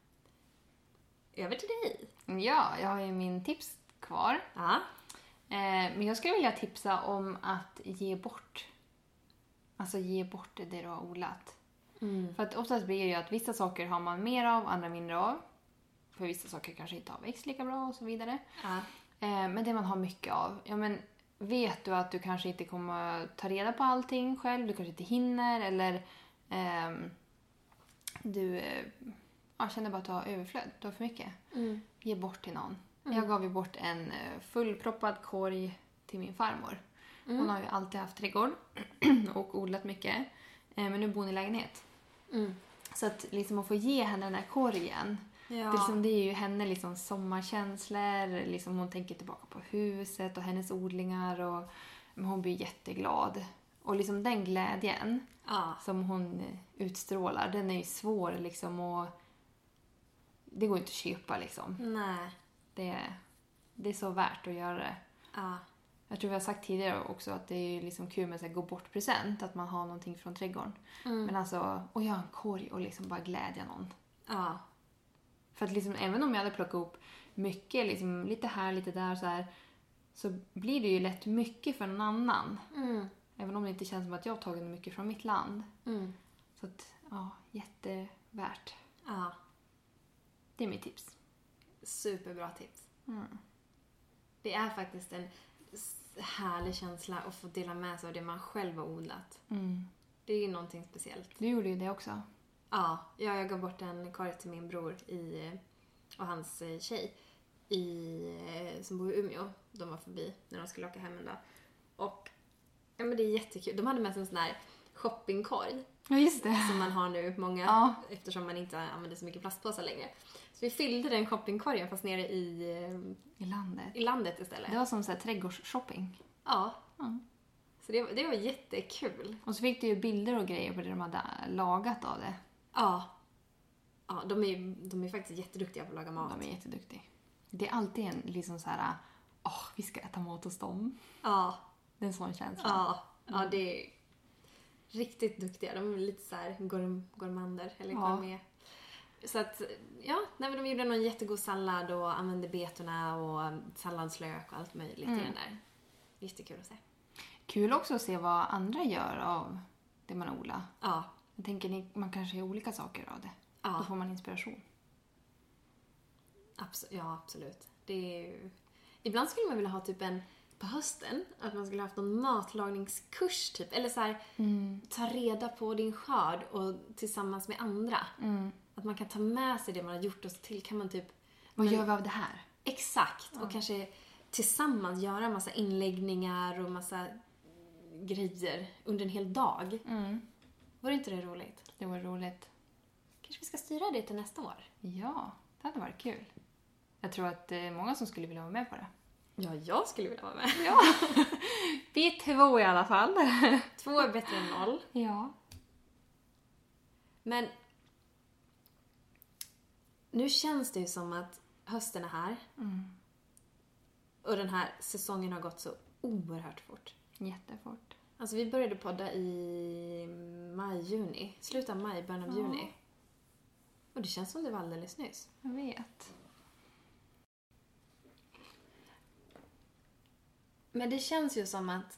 Okay. Över till dig. Ja, jag har ju min tips kvar. Ja. Eh, men jag skulle vilja tipsa om att ge bort. Alltså ge bort det du har odlat. Mm. För att oftast blir det ju att vissa saker har man mer av, andra mindre av. För vissa saker kanske inte har växt lika bra och så vidare. Ja. Eh, men det man har mycket av. Ja, men vet du att du kanske inte kommer ta reda på allting själv. Du kanske inte hinner. Eller eh, du eh, ja, känner bara att du har överflöd. Du har för mycket. Mm. Ge bort till någon. Mm. Jag gav ju bort en fullproppad korg till min farmor. Mm. Hon har ju alltid haft trädgård och odlat mycket. Men nu bor hon i lägenhet. Mm. Så att liksom att få ge henne den här korgen. Ja. Det, liksom, det är ju henne liksom sommarkänslor. Liksom hon tänker tillbaka på huset och hennes odlingar. Och hon blir jätteglad. Och liksom den glädjen ja. som hon utstrålar, den är ju svår liksom att... Det går inte att köpa liksom. Nej. Det, det är så värt att göra det. Ja. Jag tror vi har sagt tidigare också att det är liksom kul med så här gå bort present. Att man har någonting från trädgården. Mm. Men alltså, och göra en korg och liksom bara glädja någon. Ja. För att liksom, även om jag hade plockat upp mycket, liksom, lite här, lite där så här. så blir det ju lätt mycket för någon annan. Mm. Även om det inte känns som att jag har tagit mycket från mitt land. Mm. Så att, ja, jättevärt. Ja, Det är mitt tips. superbra tips. Mm. Det är faktiskt en s- härlig känsla att få dela med sig av det man själv har odlat. Mm. Det är ju någonting speciellt. Du gjorde ju det också. Ja, jag gav bort en korg till min bror i, och hans eh, tjej i, eh, som bor i Umeå. De var förbi när de skulle åka hem en dag. Och ja, men det är jättekul. De hade med sig en sån här shoppingkorg Ja, just det. som man har nu, många, Ja. eftersom man inte använder så mycket plastpåsar längre. Så vi fyllde den shoppingkorgen fast nere i, eh, I landet. i landet istället. Det var som så här trädgårdsshopping. Ja, Ja. så det, det var jättekul. Och så fick du ju bilder och grejer på det de hade lagat av det. Ja. Ja, de är ju de är faktiskt jätteduktiga på att laga mat. De är jätteduktiga. Det är alltid en liksom så här, åh, vi ska äta mat hos dem. Ja, Det är en sån känsla. ja, ja, det är riktigt duktiga. De är lite så här gourm- gourmander eller Ja. gourmet. Så att, ja, nej, men de gjorde någon jättegod sallad och använde betorna och salladslök och allt möjligt Mm. i den där. Jättekul att se. Kul också att se vad andra gör av det man odlar. Ja, Jag tänker ni, man kanske gör olika saker av det. Då ja, får man inspiration. abs- ja absolut. Det är ju... Ibland skulle man vilja ha typ en på hösten, att man skulle ha haft någon matlagningskurs typ. Eller så här, Mm. ta reda på din skörd och tillsammans med andra. Mm. Att man kan ta med sig det man har gjort och så till kan man typ... Vad Men- gör vi av det här? Exakt. Och kanske tillsammans göra massa inläggningar och massa grejer under en hel dag. Mm. Var inte det roligt? Det var roligt. Kanske vi ska styra det till nästa år? Ja, det hade varit kul. Jag tror att det är många som skulle vilja vara med på det. Ja, jag skulle vilja vara med. Ja, vi är två i alla fall. Två är bättre än noll. Ja. Men nu känns det ju som att hösten är här. Mm. Och den här säsongen har gått så oerhört fort. Jättefort. Alltså vi började podda i maj, juni. Slutet av maj, början av Ja. juni. Och det känns som det var alldeles nyss. Jag vet. Men det känns ju som att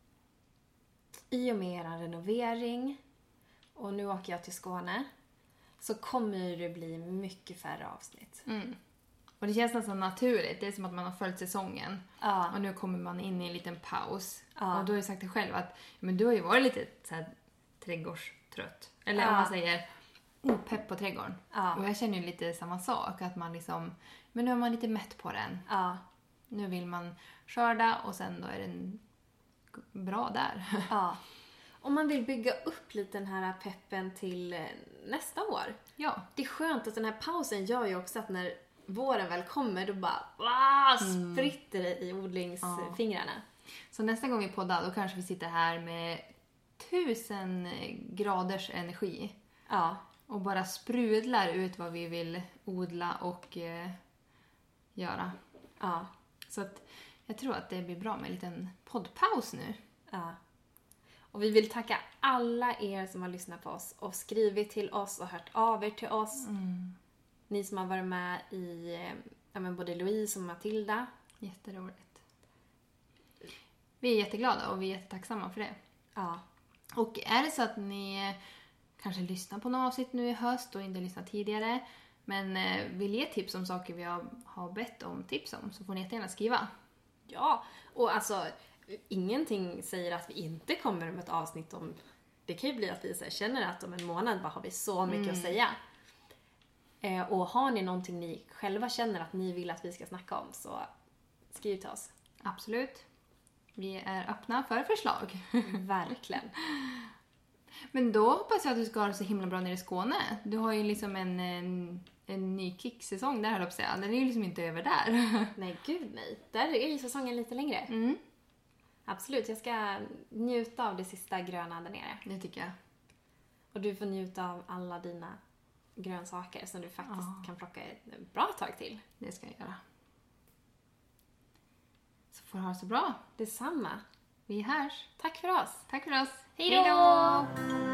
i och med er renovering och nu åker jag till Skåne så kommer det bli mycket färre avsnitt. Mm. Och det känns nästan naturligt. Det är som att man har följt säsongen. Ja. Och nu kommer man in i en liten paus. Ja. Och då har jag sagt det själv att men du har ju varit lite så här trädgårdstrött. Eller Ja. om man säger oh, pepp på trädgården. Ja. Och jag känner ju lite samma sak. Att man liksom, men nu är man lite mätt på den. Ja. Nu vill man skörda och sen då är den g- bra där. Ja. Om man vill bygga upp lite den här peppen till eh, nästa år. Ja. Det är skönt att den här pausen gör ju också att när våren väl kommer då bara ah, spritter det i odlingsfingrarna. Så nästa gång vi poddar då kanske vi sitter här med tusen graders energi. Ja. Och bara sprudlar ut vad vi vill odla och eh, göra. Ja. Så att jag tror att det blir bra med en liten poddpaus nu. Ja. Och vi vill tacka alla er som har lyssnat på oss och skrivit till oss och hört av er till oss. Ni som har varit med i eh, ja, men både Louise och Matilda. Jätteroligt. Vi är jätteglada och vi är jättetacksamma för det. Ja. Och är det så att ni kanske lyssnar på något avsnitt nu i höst och inte lyssnat tidigare men eh, vill ge tips om saker vi har, har bett om tips om så får ni jättegärna skriva. Ja, och alltså ingenting säger att vi inte kommer med ett avsnitt om... Det kan ju bli att vi så här, känner att om en månad bara har vi så mycket att säga. Eh, och har ni någonting ni själva känner att ni vill att vi ska snacka om så skriv till oss. Absolut. Vi är öppna för förslag. Verkligen. Men då hoppas jag att du ska ha det så himla bra nere i Skåne. Du har ju liksom en, en, en ny kicksäsong där, höll jag på att säga. Den är ju liksom inte över där. Nej, gud nej. Där är ju säsongen lite längre. Mm, Absolut, jag ska njuta av det sista gröna där nere. det tycker jag. Och du får njuta av alla dina grönsaker som du faktiskt Ja. kan plocka ett bra tag till. Det ska jag göra. Så får du ha det så bra. Detsamma. Vi hörs. Tack för oss. Tack för oss. Hej då!